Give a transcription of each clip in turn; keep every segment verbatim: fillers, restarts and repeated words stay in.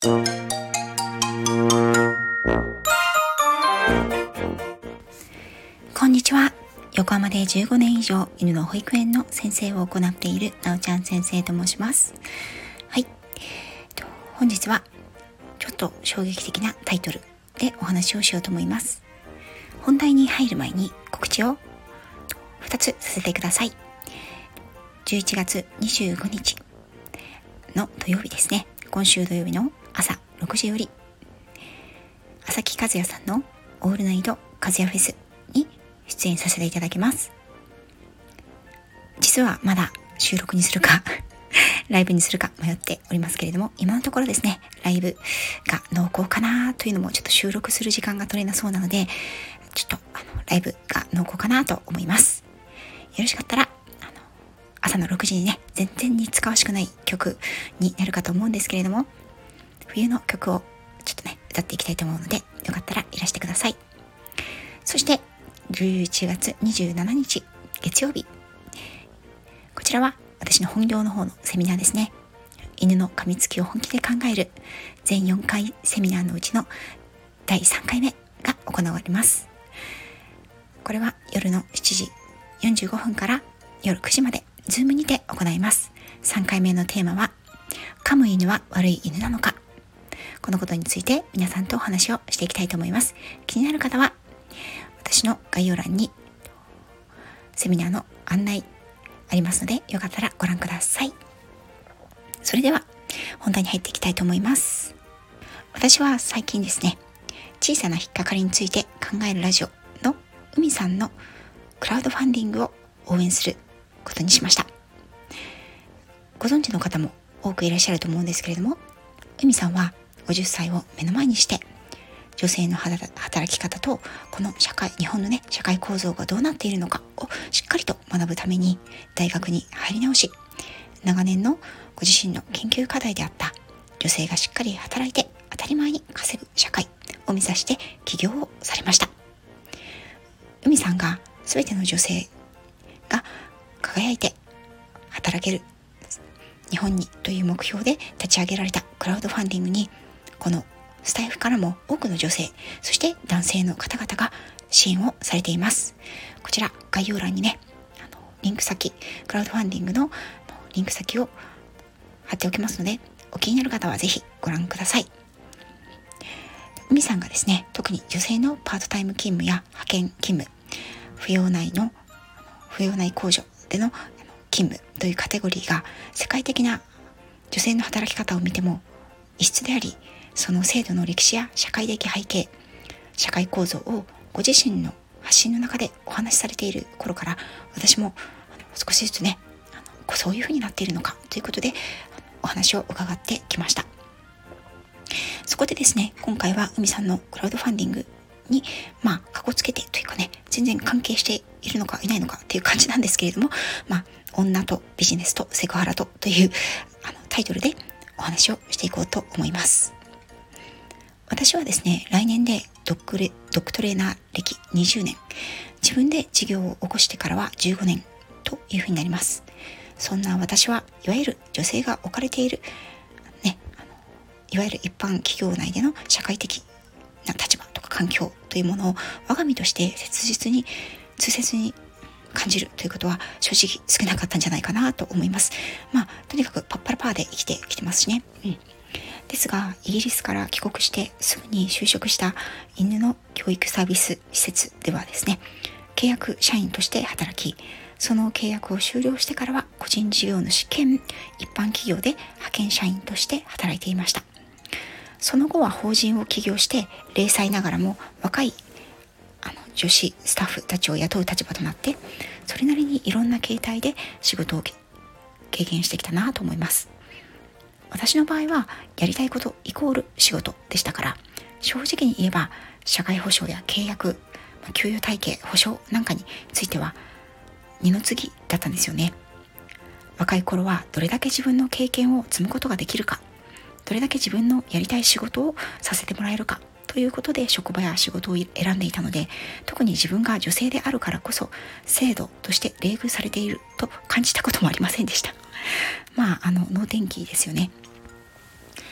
こんにちは。横浜でじゅうごねん以上犬の保育園の先生を行っているなおちゃん先生と申します。はい、本日はちょっと衝撃的なタイトルでお話をしようと思います。本題に入る前に告知をふたつさせてください。じゅういちがつにじゅうごにちの土曜日ですね。今週土曜日の朝ろくじより朝木和也さんのオールナイト和也フェスに出演させていただきます。実はまだ収録にするかライブにするか迷っておりますけれども、今のところですね、ライブが濃厚かなというのも、ちょっと収録する時間が取れなそうなので、ちょっとあのライブが濃厚かなと思います。よろしかったらあの朝のろくじにね、全然に使わしくない曲になるかと思うんですけれども、冬の曲をちょっとね歌っていきたいと思うので、よかったらいらしてください。そしてじゅういちがつにじゅうしちにち月曜日、こちらは私の本業の方のセミナーですね。犬の噛みつきを本気で考える全よんかいセミナーのうちのだいさんかいめが行われます。これは夜のしちじよんじゅうごふんから夜くじまでズームにて行います。さんかいめのテーマは、噛む犬は悪い犬なのか。このことについて皆さんとお話をしていきたいと思います。気になる方は私の概要欄にセミナーの案内ありますので、よかったらご覧ください。それでは本題に入っていきたいと思います。私は最近ですね、小さな引っかかりについて考えるラジオの海さんのクラウドファンディングを応援することにしました。ご存知の方も多くいらっしゃると思うんですけれども、海さんはごじゅっさいを目の前にして、女性の働き方とこの社会、日本のね社会構造がどうなっているのかをしっかりと学ぶために大学に入り直し、長年のご自身の研究課題であった女性がしっかり働いて当たり前に稼ぐ社会を目指して起業をされました。海さんが全ての女性が輝いて働ける日本にという目標で立ち上げられたクラウドファンディングに、このスタイフからも多くの女性、そして男性の方々が支援をされています。こちら概要欄にね、あのリンク先、クラウドファンディングのリンク先を貼っておきますので、お気になる方はぜひご覧ください。海さんがですね、特に女性のパートタイム勤務や派遣勤務、扶養内の扶養内控除での勤務というカテゴリーが、世界的な女性の働き方を見ても異質であり、その制度の歴史や社会的背景、社会構造をご自身の発信の中でお話しされている頃から、私も少しずつね、あのそういう風になっているのかということでお話を伺ってきました。そこでですね、今回は海さんのクラウドファンディングにまあかこつけてというかね、全然関係しているのかいないのかっていう感じなんですけれども、まあ女とビジネスとセクハラとというあのタイトルでお話をしていこうと思います。私はですね、来年でドッグレ、ドッグトレーナー歴にじゅうねん、自分で事業を起こしてからはじゅうごねんというふうになります。そんな私はいわゆる女性が置かれている、ね、あのいわゆる一般企業内での社会的な立場とか環境というものを我が身として切実に痛切に感じるということは正直少なかったんじゃないかなと思います。まあとにかくパッパラパーで生きてきてますしね。うんですが、イギリスから帰国してすぐに就職した犬の教育サービス施設ではですね、契約社員として働き、その契約を終了してからは個人事業主兼一般企業で派遣社員として働いていました。その後は法人を起業して、零細ながらも若いあの女子スタッフたちを雇う立場となって、それなりにいろんな形態で仕事を経験してきたなと思います。私の場合はやりたいことイコール仕事でしたから、正直に言えば社会保障や契約、給与体系、保障なんかについては二の次だったんですよね。若い頃はどれだけ自分の経験を積むことができるか、どれだけ自分のやりたい仕事をさせてもらえるかということで職場や仕事を選んでいたので、特に自分が女性であるからこそ制度として冷遇されていると感じたこともありませんでした。まああの能天気ですよね。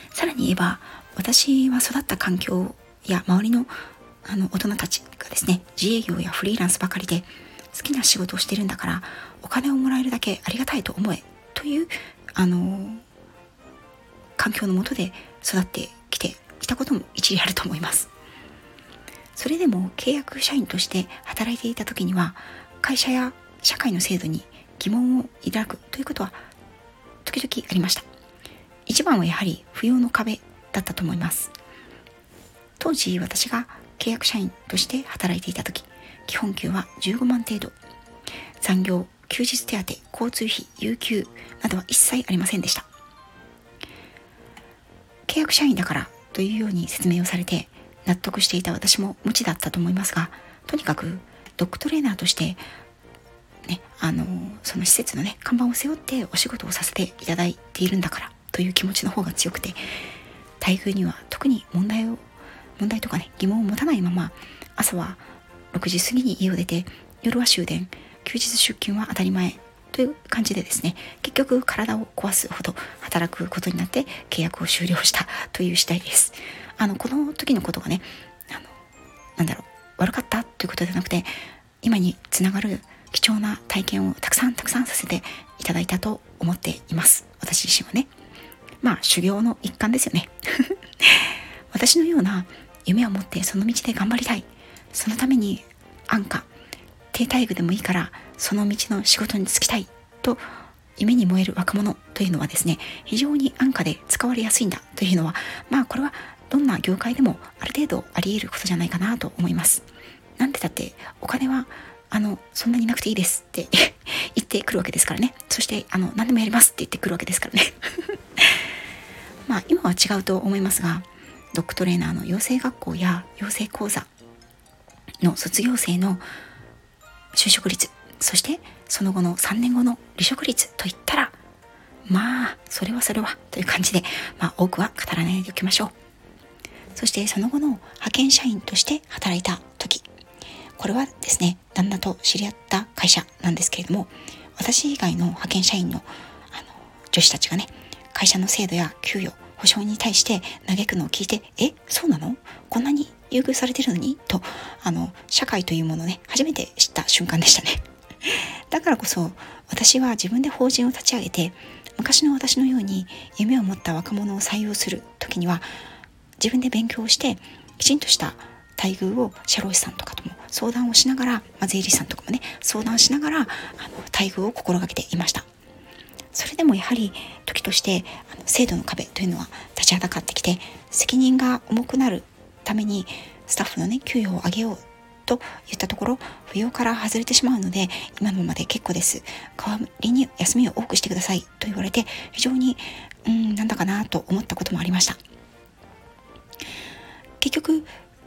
さらに言えば、私は育った環境や周りのあの大人たちがですね、自営業やフリーランスばかりで好きな仕事をしてるんだからお金をもらえるだけありがたいと思えというあの環境の下で育ってきていたことも一理あると思います。それでも契約社員として働いていた時には、会社や社会の制度に疑問を抱くということは時々ありました。一番はやはり扶養の壁だったと思います。当時私が契約社員として働いていた時、基本給はじゅうごまん程度、残業、休日手当、交通費、有給などは一切ありませんでした。契約社員だからというように説明をされて納得していた私も無知だったと思いますが、とにかくドッグトレーナーとしてね、あのその施設のね看板を背負ってお仕事をさせていただいているんだからという気持ちの方が強くて、待遇には特に問題を問題とかね疑問を持たないまま、朝はろくじ過ぎに家を出て、夜は終電、休日出勤は当たり前という感じでですね、結局体を壊すほど働くことになって契約を終了したという次第です。あのこの時のことがね、あのなんだろう悪かったということではなくて、今につながる貴重な体験をたくさんたくさんさせていただいたと思っています。私自身はね、まあ修行の一環ですよね私のような夢を持ってその道で頑張りたい、そのために安価低待遇でもいいからその道の仕事に就きたいと夢に燃える若者というのはですね、非常に安価で使われやすいんだというのは、まあこれはどんな業界でもある程度あり得ることじゃないかなと思います。なんでだってお金はあのそんなになくていいですって言ってくるわけですからね。そしてあの何でもやりますって言ってくるわけですからねまあ今は違うと思いますが、ドッグトレーナーの養成学校や養成講座の卒業生の就職率、そしてその後のさんねんごの離職率といったら、まあそれはそれはという感じで、まあ多くは語らないでおきましょう。そしてその後の派遣社員として働いた時、これはですね旦那と知り合った会社なんですけれども、私以外の派遣社員の、あの女子たちがね、会社の制度や給与保証に対して嘆くのを聞いて、えそうなの、こんなに優遇されてるのにと、あの社会というものをね初めて知った瞬間でしたねだからこそ私は自分で法人を立ち上げて、昔の私のように夢を持った若者を採用する時には自分で勉強をしてきちんとした待遇を社労士さんとかとも相談をしながら、まあ、税理士さんとかもね相談しながらあの待遇を心がけていました。それでもやはり時としてあの制度の壁というのは立ちはだかってきて、責任が重くなるためにスタッフのね給与を上げようと言ったところ、扶養から外れてしまうので今のままで結構です、代わりに休みを多くしてくださいと言われて、非常にうーんなんだかなと思ったこともありました。結局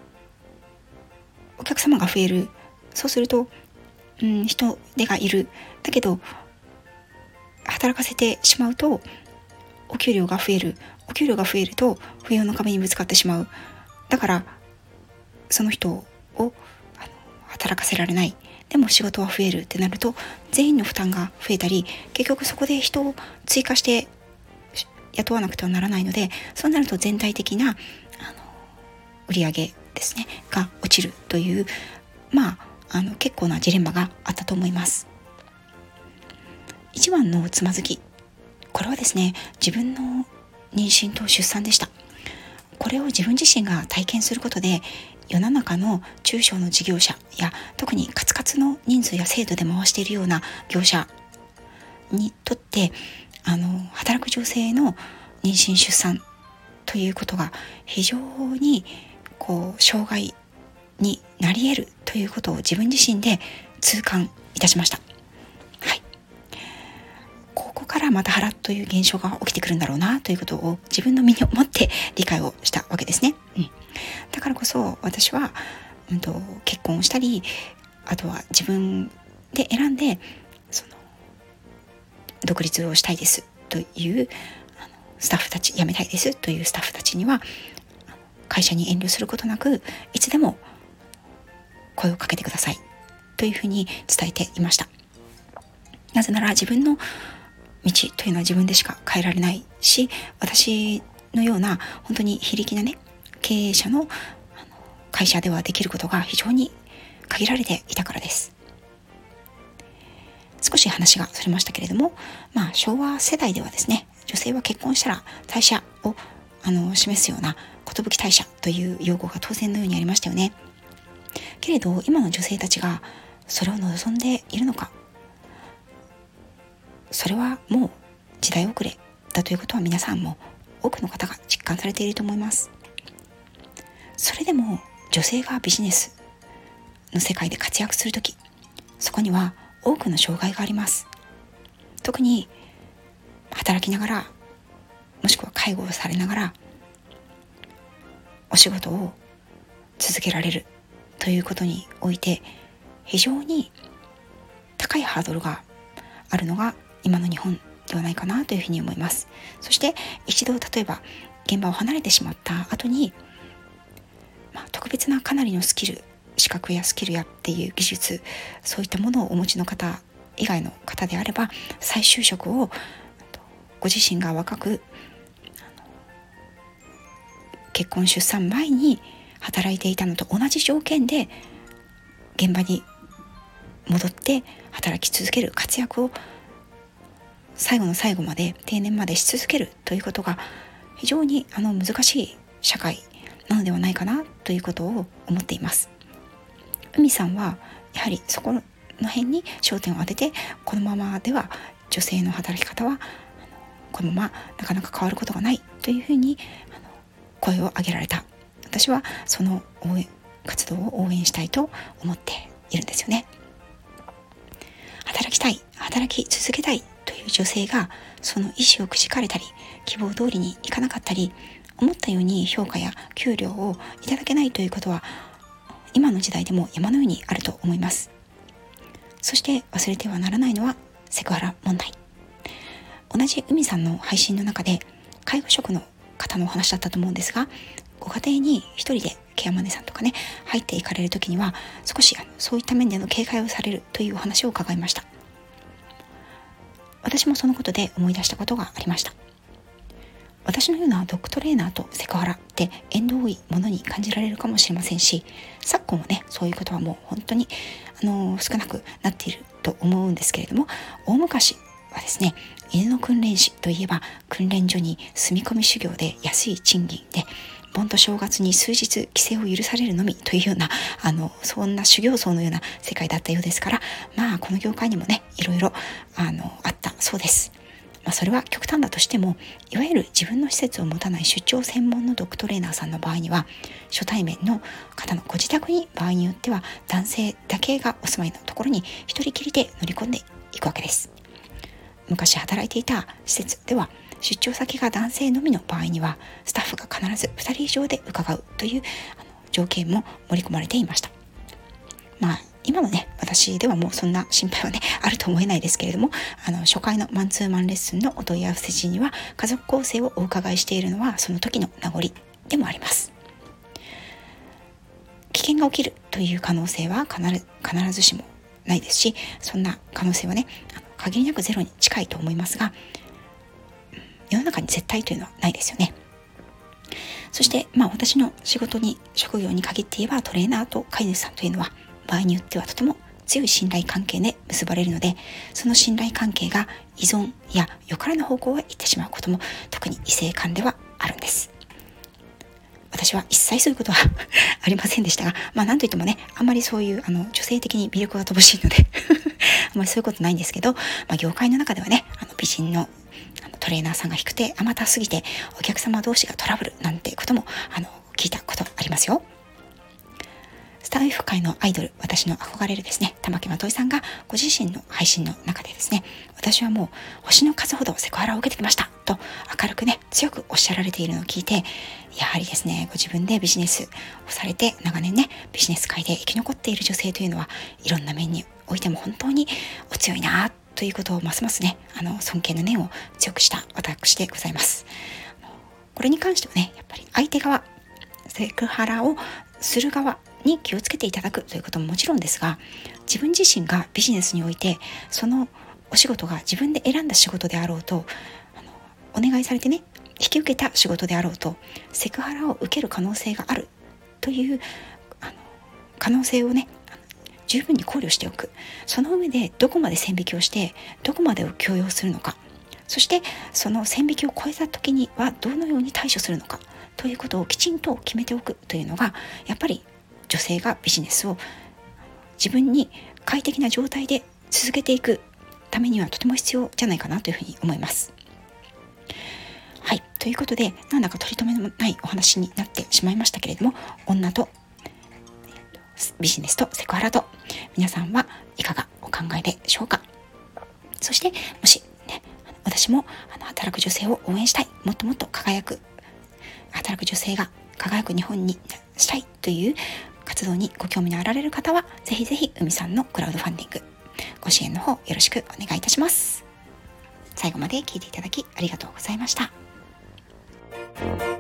お客様が増える、そうすると、うん、人手がいる、だけど働かせてしまうとお給料が増える、お給料が増えると扶養の壁にぶつかってしまう。だからその人をあの働かせられない、でも仕事は増えるってなると全員の負担が増えたり、結局そこで人を追加して雇わなくてはならないので、そうなると全体的なあの売り上げですねが落ちるという、まああの結構なジレンマがあったと思います。一番のつまずき、これはですね自分の妊娠と出産でした。これを自分自身が体験することで、世の中の中小の事業者や特にカツカツの人数や制度で回しているような業者にとって、あの働く女性の妊娠出産ということが非常にこう障害になり得るということを自分自身で痛感いたしました。はい、ここからまた腹という現象が起きてくるんだろうなということを自分の身に思って理解をしたわけですね。うん、だからこそ私は、うん、と結婚をしたり、あとは自分で選んでその独立をしたいですというあのスタッフたち、辞めたいですというスタッフたちには会社に遠慮することなくいつでも声をかけてくださいというふうに伝えていました。なぜなら自分の道というのは自分でしか変えられないし、私のような本当に非力なね経営者の会社ではできることが非常に限られていたからです。少し話がそれましたけれども、まあ昭和世代ではですね、女性は結婚したら退社をあの示すような寿退社という用語が当然のようにありましたよね。けれど今の女性たちがそれを望んでいるのか、それはもう時代遅れだということは皆さんも多くの方が実感されていると思います。それでも女性がビジネスの世界で活躍するとき、そこには多くの障害があります。特に働きながら、もしくは介護をされながらお仕事を続けられるということにおいて、非常に高いハードルがあるのが今の日本ではないかなというふうに思います。そして一度例えば現場を離れてしまった後に、まあ、特別なかなりのスキル、資格やスキルやっていう技術、そういったものをお持ちの方以外の方であれば、再就職をご自身が若く結婚出産前に働いていたのと同じ条件で現場に戻って働き続ける、活躍を最後の最後まで定年までし続けるということが非常にあの難しい社会なのではないかなということを思っています。海さんはやはりそこの辺に焦点を当てて、このままでは女性の働き方はこのままなかなか変わることがないというふうに声を上げられた。私はその応援活動を応援したいと思っているんですよね。働きたい、働き続けたいという女性がその意思をくじかれたり、希望通りにいかなかったり、思ったように評価や給料をいただけないということは今の時代でも山のようにあると思います。そして忘れてはならないのはセクハラ問題。同じ海さんの配信の中で介護職の方のお話だったと思うんですが、ご家庭に一人でケアマネさんとかね入っていかれる時には少しあのそういった面での警戒をされるというお話を伺いました。私もそのことで思い出したことがありました。私のようなドッグトレーナーとセクハラって縁遠いものに感じられるかもしれませんし、昨今はねそういうことはもう本当にあの少なくなっていると思うんですけれども、大昔はですね、犬の訓練士といえば訓練所に住み込み修行で安い賃金で盆と正月に数日帰省を許されるのみというようなあのそんな修行僧のような世界だったようですから、まあこの業界にもねいろいろあのあったそうです。まあ、それは極端だとしても、いわゆる自分の施設を持たない出張専門のドッグトレーナーさんの場合には、初対面の方のご自宅に場合によっては男性だけがお住まいのところに一人きりで乗り込んでいくわけです。昔働いていた施設では出張先が男性のみの場合にはスタッフが必ずふたり以上で伺うというあの条件も盛り込まれていました。まあ今のね私ではもうそんな心配はねあると思えないですけれども、あの初回のマンツーマンレッスンのお問い合わせ時には家族構成をお伺いしているのはその時の名残でもあります。危険が起きるという可能性は必ず、必ずしもないですし、そんな可能性はねあの限りなくゼロに近いと思いますが、世の中に絶対というのはないですよね。そしてまあ私の仕事に職業に限って言えばトレーナーと飼い主さんというのは場合によってはとても強い信頼関係で結ばれるので、その信頼関係が依存やよからぬ方向へ行ってしまうことも特に異性間ではあるんです。私は一切そういうことはありませんでしたが、まあなんといってもねあんまりそういうあの女性的に魅力が乏しいのであんまりそういうことないんですけど、まあ、業界の中ではねあの美人のトレーナーさんが低くてあまたすぎてお客様同士がトラブルなんてこともあの聞いたことありますよ。スタイフ界のアイドル、私の憧れるですね玉木まといさんがご自身の配信の中でですね、私はもう星の数ほどセクハラを受けてきましたと明るくね強くおっしゃられているのを聞いて、やはりですねご自分でビジネスをされて長年ねビジネス界で生き残っている女性というのはいろんな面においても本当にお強いなということをますますねあの尊敬の念を強くした私でございます。これに関してはねやっぱり相手側、セクハラをする側に気をつけていただくということももちろんですが、自分自身がビジネスにおいてそのお仕事が自分で選んだ仕事であろうとあのお願いされてね引き受けた仕事であろうとセクハラを受ける可能性があるというあの可能性をね十分に考慮しておく。その上でどこまで線引きをしてどこまでを強要するのか、そしてその線引きを超えた時にはどのように対処するのかということをきちんと決めておくというのが、やっぱり女性がビジネスを自分に快適な状態で続けていくためにはとても必要じゃないかなというふうに思います。はい、ということでなんだか取り留めのないお話になってしまいましたけれども、女とビジネスとセクハラと皆さんはいかがお考えでしょうか。そしてもし、ね、私もあの働く女性を応援したい、もっともっと輝く働く女性が輝く日本にしたいという活動にご興味のあられる方はぜひぜひ海さんのクラウドファンディングご支援の方よろしくお願いいたします。最後まで聞いていただきありがとうございました。